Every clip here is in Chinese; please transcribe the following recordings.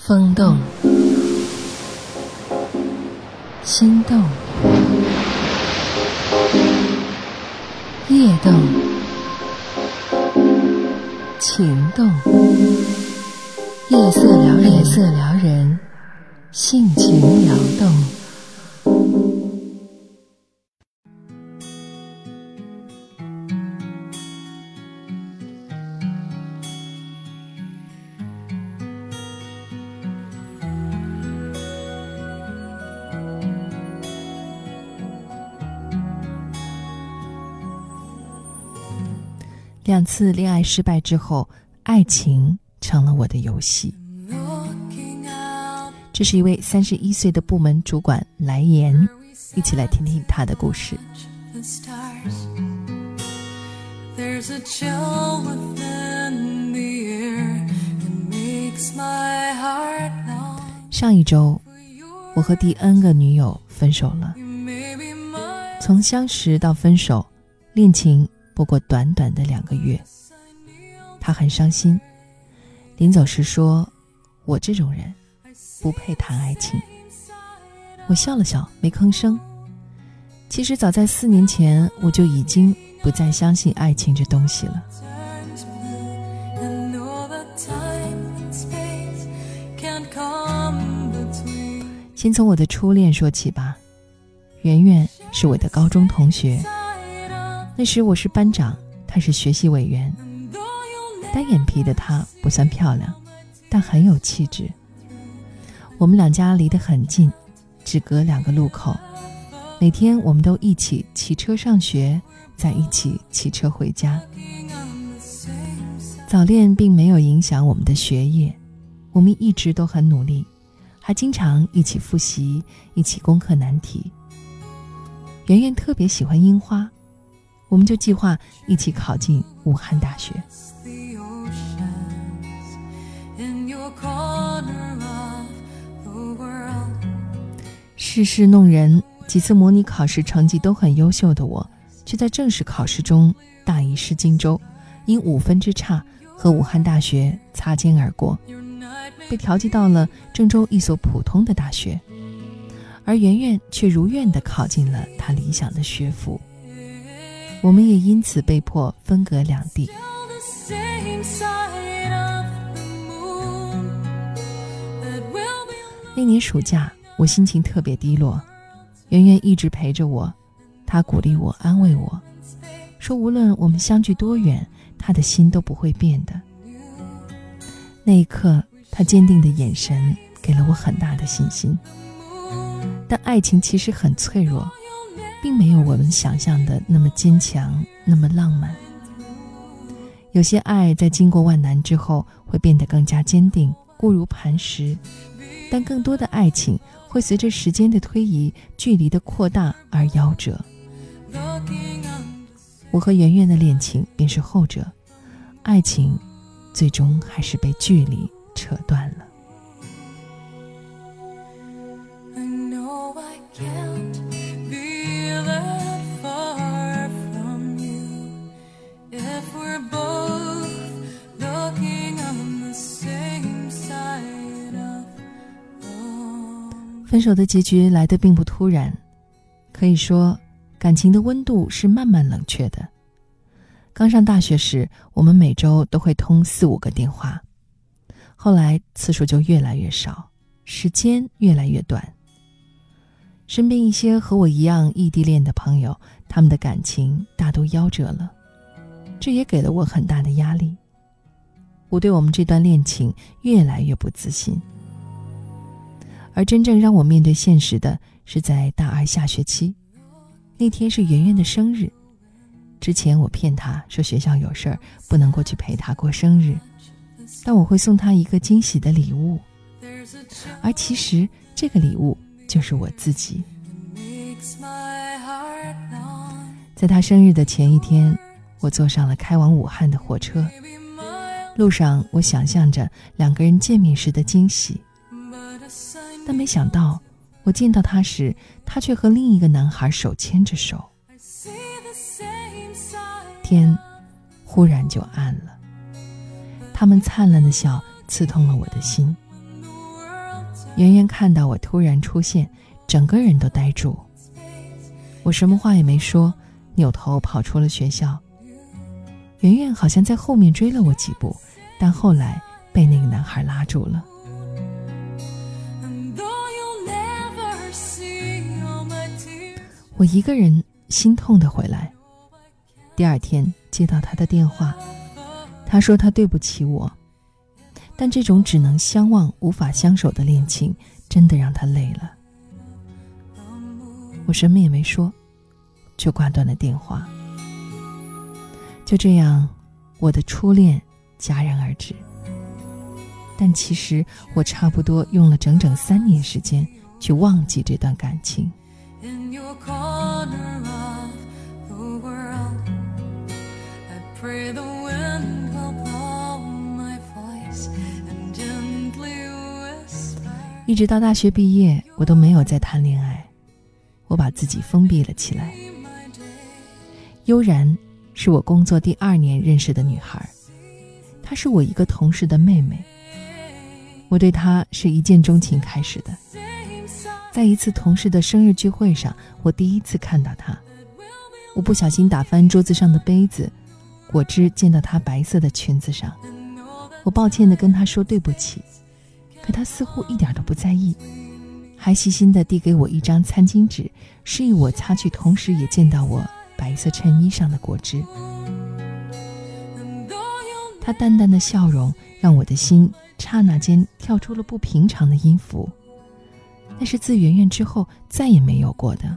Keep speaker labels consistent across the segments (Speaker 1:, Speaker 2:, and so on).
Speaker 1: 风动，心动，夜动，情动，夜色撩人，性情撩动。2次恋爱失败之后，爱情成了我的游戏。这是一位31岁的部门主管来言，一起来听听他的故事。上一周，我和第 N 个女友分手了。从相识到分手，恋情不过短短的2个月，他很伤心，临走时说，我这种人不配谈爱情。我笑了笑，没吭声。其实早在4年前，我就已经不再相信爱情这东西了。先从我的初恋说起吧。圆圆是我的高中同学，那时我是班长，她是学习委员。单眼皮的她不算漂亮，但很有气质。我们2家离得很近，只隔2个路口。每天我们都一起骑车上学，再一起骑车回家。早恋并没有影响我们的学业，我们一直都很努力，还经常一起复习，一起攻克难题。圆圆特别喜欢樱花，我们就计划一起考进武汉大学。世事弄人，几次模拟考试成绩都很优秀的我，却在正式考试中大意失荆州，因5分之差和武汉大学擦肩而过，被调剂到了郑州一所普通的大学。而圆圆却如愿地考进了她理想的学府，我们也因此被迫分隔两地。那年暑假，我心情特别低落，圆圆一直陪着我，她鼓励我，安慰我，说无论我们相距多远，她的心都不会变的。那一刻，她坚定的眼神给了我很大的信心。但爱情其实很脆弱，并没有我们想象的那么坚强，那么浪漫。有些爱在经过万难之后会变得更加坚定，固如磐石，但更多的爱情会随着时间的推移，距离的扩大而夭折。我和圆圆的恋情便是后者，爱情最终还是被距离扯断了。分手的结局来得并不突然，可以说感情的温度是慢慢冷却的。刚上大学时，我们每周都会通4-5个电话，后来次数就越来越少，时间越来越短。身边一些和我一样异地恋的朋友，他们的感情大都夭折了，这也给了我很大的压力。我对我们这段恋情越来越不自信。而真正让我面对现实的是在大2下学期，那天是圆圆的生日。之前我骗她说学校有事儿，不能过去陪她过生日，但我会送她一个惊喜的礼物，而其实这个礼物就是我自己。在她生日的前一天，我坐上了开往武汉的火车，路上我想象着2个人见面时的惊喜，但没想到我见到他时，他却和另一个男孩手牵着手。天忽然就暗了，他们灿烂的笑刺痛了我的心。 圆圆看到我突然出现，整个人都呆住。我什么话也没说，扭头跑出了学校。圆圆好像在后面追了我几步，但后来被那个男孩拉住了。我一个人心痛地回来。第二天接到他的电话，他说他对不起我，但这种只能相望无法相守的恋情真的让他累了。我什么也没说，就挂断了电话。就这样，我的初恋戛然而止。但其实我差不多用了整整3年时间去忘记这段感情。一直到大学毕业，我都没有再谈恋爱，我把自己封闭了起来。悠然是我工作第2年认识的女孩，她是我一个同事的妹妹。我对她是一见钟情开始的。在一次同事的生日聚会上，我第一次看到她。我不小心打翻桌子上的杯子，果汁溅到她白色的裙子上。我抱歉地跟她说对不起，可她似乎一点都不在意，还细心地递给我一张餐巾纸，示意我擦去同时也溅到我白色衬衣上的果汁。她淡淡的笑容让我的心刹那间跳出了不平常的音符，那是自圆圆之后再也没有过的。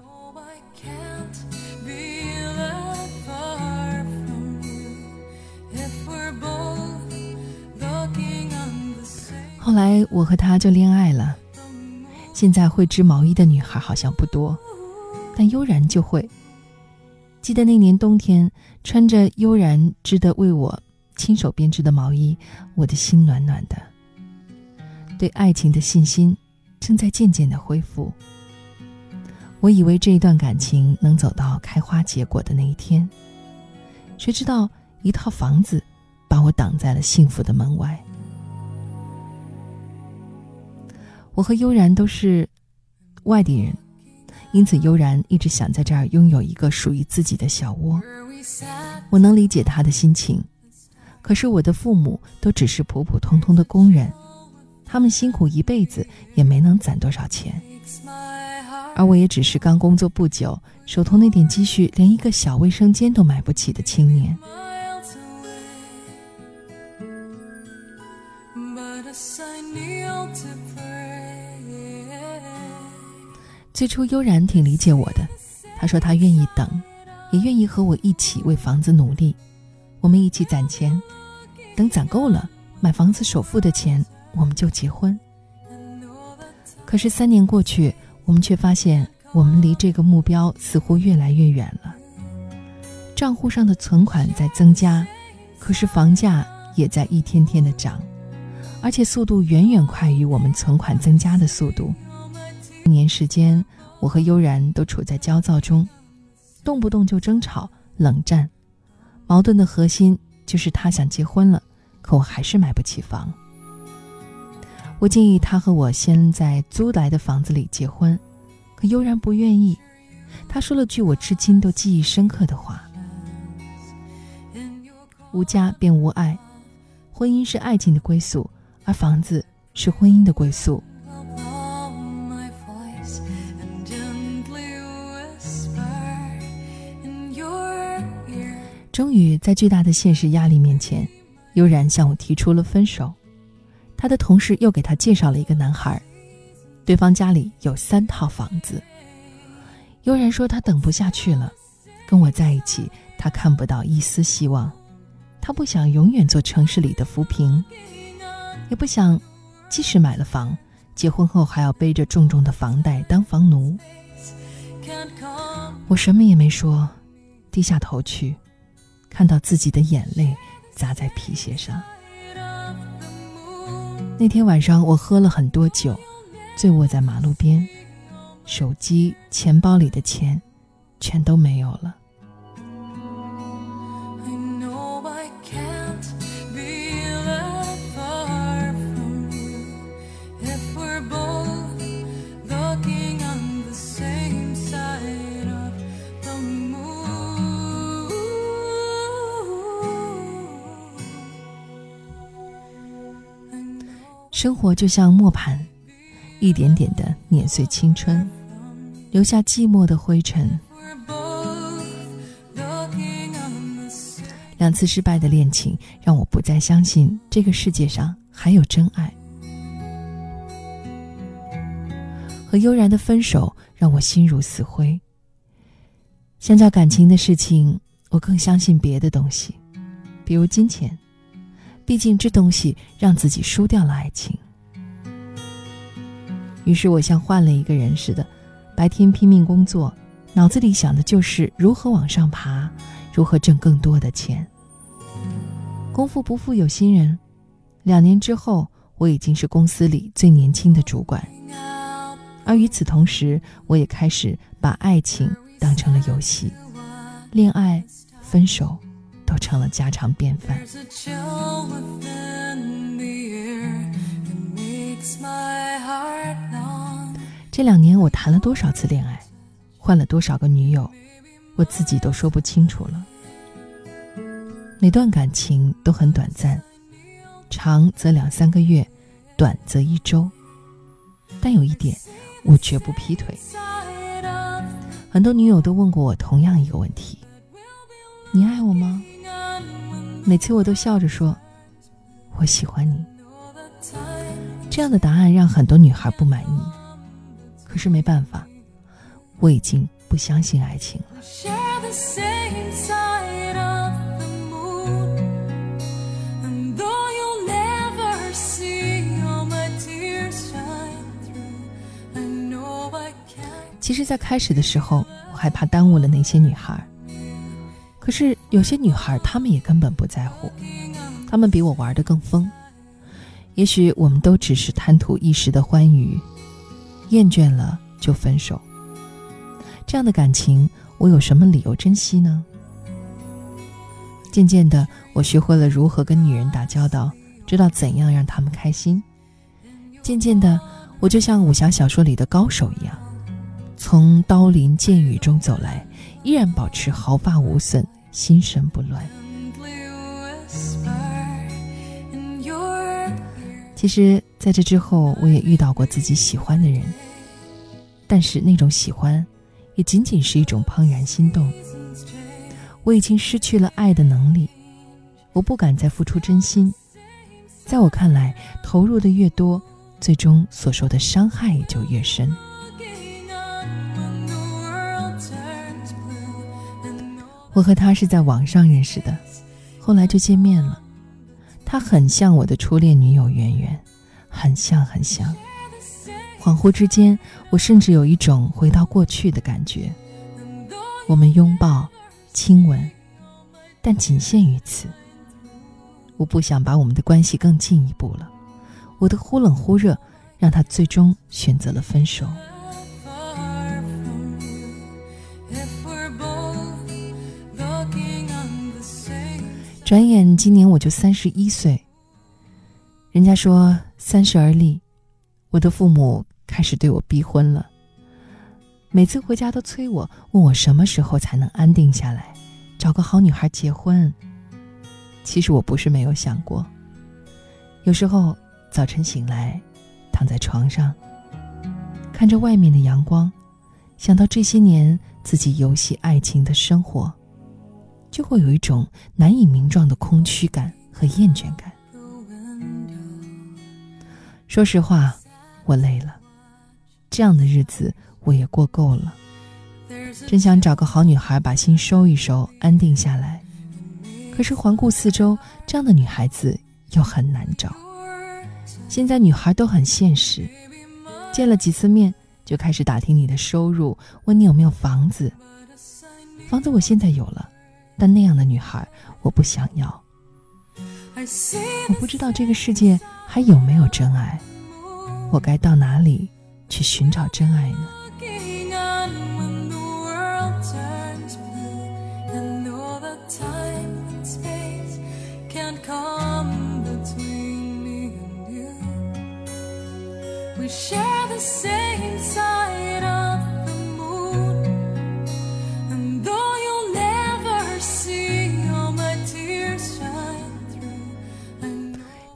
Speaker 1: 后来我和他就恋爱了。现在会织毛衣的女孩好像不多，但悠然就会。记得那年冬天，穿着悠然织的为我亲手编织的毛衣，我的心暖暖的。对爱情的信心正在渐渐地恢复。我以为这一段感情能走到开花结果的那一天，谁知道一套房子把我挡在了幸福的门外。我和悠然都是外地人，因此悠然一直想在这儿拥有一个属于自己的小窝。我能理解他的心情，可是我的父母都只是普普通通的工人，他们辛苦一辈子也没能攒多少钱，而我也只是刚工作不久，手头那点积蓄连一个小卫生间都买不起的青年。最初悠然挺理解我的，他说他愿意等，也愿意和我一起为房子努力，我们一起攒钱，等攒够了买房子首付的钱，我们就结婚。可是3年过去，我们却发现我们离这个目标似乎越来越远了。账户上的存款在增加，可是房价也在一天天的涨，而且速度远远快于我们存款增加的速度。1年时间，我和悠然都处在焦躁中，动不动就争吵冷战，矛盾的核心就是他想结婚了，可我还是买不起房。我建议他和我先在租来的房子里结婚，可悠然不愿意。他说了句我至今都记忆深刻的话：无家便无爱，婚姻是爱情的归宿，而房子是婚姻的归宿。终于在巨大的现实压力面前，悠然向我提出了分手。他的同事又给他介绍了一个男孩，对方家里有3套房子。悠然说他等不下去了，跟我在一起他看不到一丝希望，他不想永远做城市里的浮萍，也不想即使买了房，结婚后还要背着重重的房贷当房奴。我什么也没说，低下头去，看到自己的眼泪砸在皮鞋上。那天晚上我喝了很多酒，醉卧在马路边，手机钱包里的钱全都没有了。
Speaker 2: We're both
Speaker 1: 生活就像磨盘，一点点地碾碎青春，留下寂寞的灰尘。2次失败的恋情让我不再相信这个世界上还有真爱，和悠然的分手让我心如死灰。相较感情的事情，我更相信别的东西，比如金钱，毕竟这东西让自己输掉了爱情。于是我像换了一个人似的，白天拼命工作，脑子里想的就是如何往上爬，如何挣更多的钱。功夫不负有心人，2年之后，我已经是公司里最年轻的主管。而与此同时，我也开始把爱情当成了游戏，恋爱、分手都成了家常便饭。这2年我谈了多少次恋爱，换了多少个女友，我自己都说不清楚了。每段感情都很短暂，长则2-3个月，短则1周。但有一点，我绝不劈腿。很多女友都问过我同样一个问题：你爱我吗？每次我都笑着说，我喜欢你。这样的答案让很多女孩不满意，可是没办法，我已经不相信爱情了。其实在开始的时候，我害怕耽误了那些女孩，可是有些女孩她们也根本不在乎，她们比我玩得更疯。也许我们都只是贪图一时的欢愉，厌倦了就分手。这样的感情，我有什么理由珍惜呢？渐渐的，我学会了如何跟女人打交道，知道怎样让她们开心。渐渐的，我就像武侠小说里的高手一样，从刀林剑雨中走来，依然保持毫发无损，心神不乱。其实在这之后，我也遇到过自己喜欢的人，但是那种喜欢也仅仅是一种怦然心动。我已经失去了爱的能力，我不敢再付出真心。在我看来，投入的越多，最终所受的伤害也就越深。我和他是在网上认识的，后来就见面了。他很像我的初恋女友圆圆，很像很像。恍惚之间，我甚至有一种回到过去的感觉。我们拥抱、亲吻，但仅限于此。我不想把我们的关系更进一步了。我的忽冷忽热，让他最终选择了分手。转眼今年我就31岁，人家说30而立，我的父母开始对我逼婚了。每次回家都催我，问我什么时候才能安定下来，找个好女孩结婚。其实我不是没有想过，有时候早晨醒来，躺在床上，看着外面的阳光，想到这些年自己游戏爱情的生活，就会有一种难以名状的空虚感和厌倦感。说实话，我累了，这样的日子我也过够了，真想找个好女孩把心收一收，安定下来。可是环顾四周，这样的女孩子又很难找。现在女孩都很现实，见了几次面就开始打听你的收入，问你有没有房子。房子我现在有了，但那样的女孩我不想要。我不知道这个世界还有没有真爱，我该到哪里去寻找真爱呢？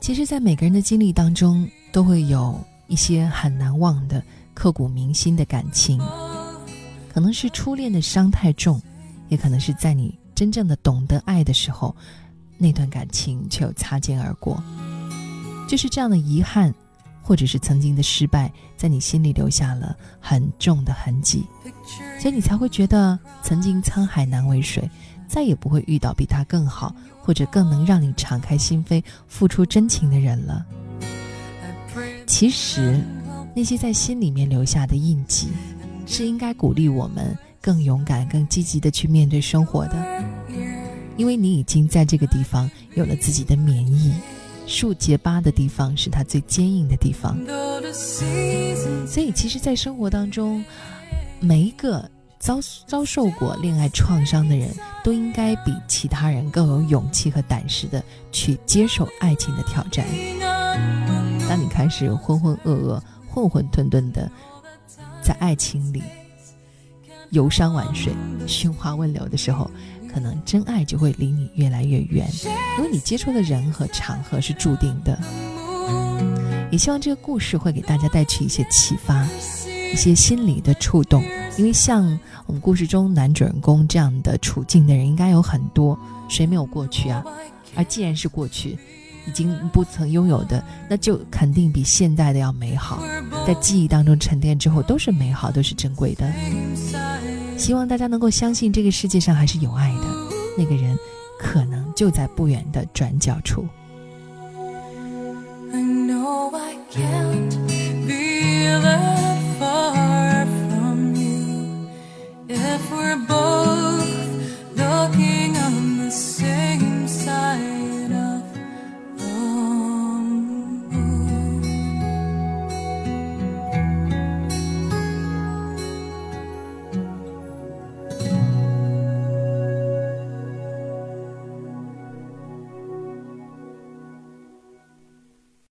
Speaker 1: 其实在每个人的经历当中，都会有一些很难忘的刻骨铭心的感情，可能是初恋的伤太重，也可能是在你真正的懂得爱的时候，那段感情却又擦肩而过。就是这样的遗憾，或者是曾经的失败，在你心里留下了很重的痕迹，所以你才会觉得曾经沧海难为水，再也不会遇到比他更好，或者更能让你敞开心扉付出真情的人了。其实那些在心里面留下的印记，是应该鼓励我们更勇敢更积极地去面对生活的，因为你已经在这个地方有了自己的免疫，树结疤的地方是它最坚硬的地方。所以其实在生活当中，每一个遭受过恋爱创伤的人，都应该比其他人更有勇气和胆识的去接受爱情的挑战。当你开始浑浑噩噩混混沌沌的在爱情里游山玩水寻花问柳的时候，可能真爱就会离你越来越远，因为你接触的人和场合是注定的。也希望这个故事会给大家带去一些启发，一些心理的触动，因为像我们故事中男主人公这样的处境的人应该有很多，谁没有过去啊？而既然是过去已经不曾拥有的，那就肯定比现在的要美好，在记忆当中沉淀之后都是美好，都是珍贵的。希望大家能够相信这个世界上还是有爱的，那个人可能就在不远的转角处。I know I can't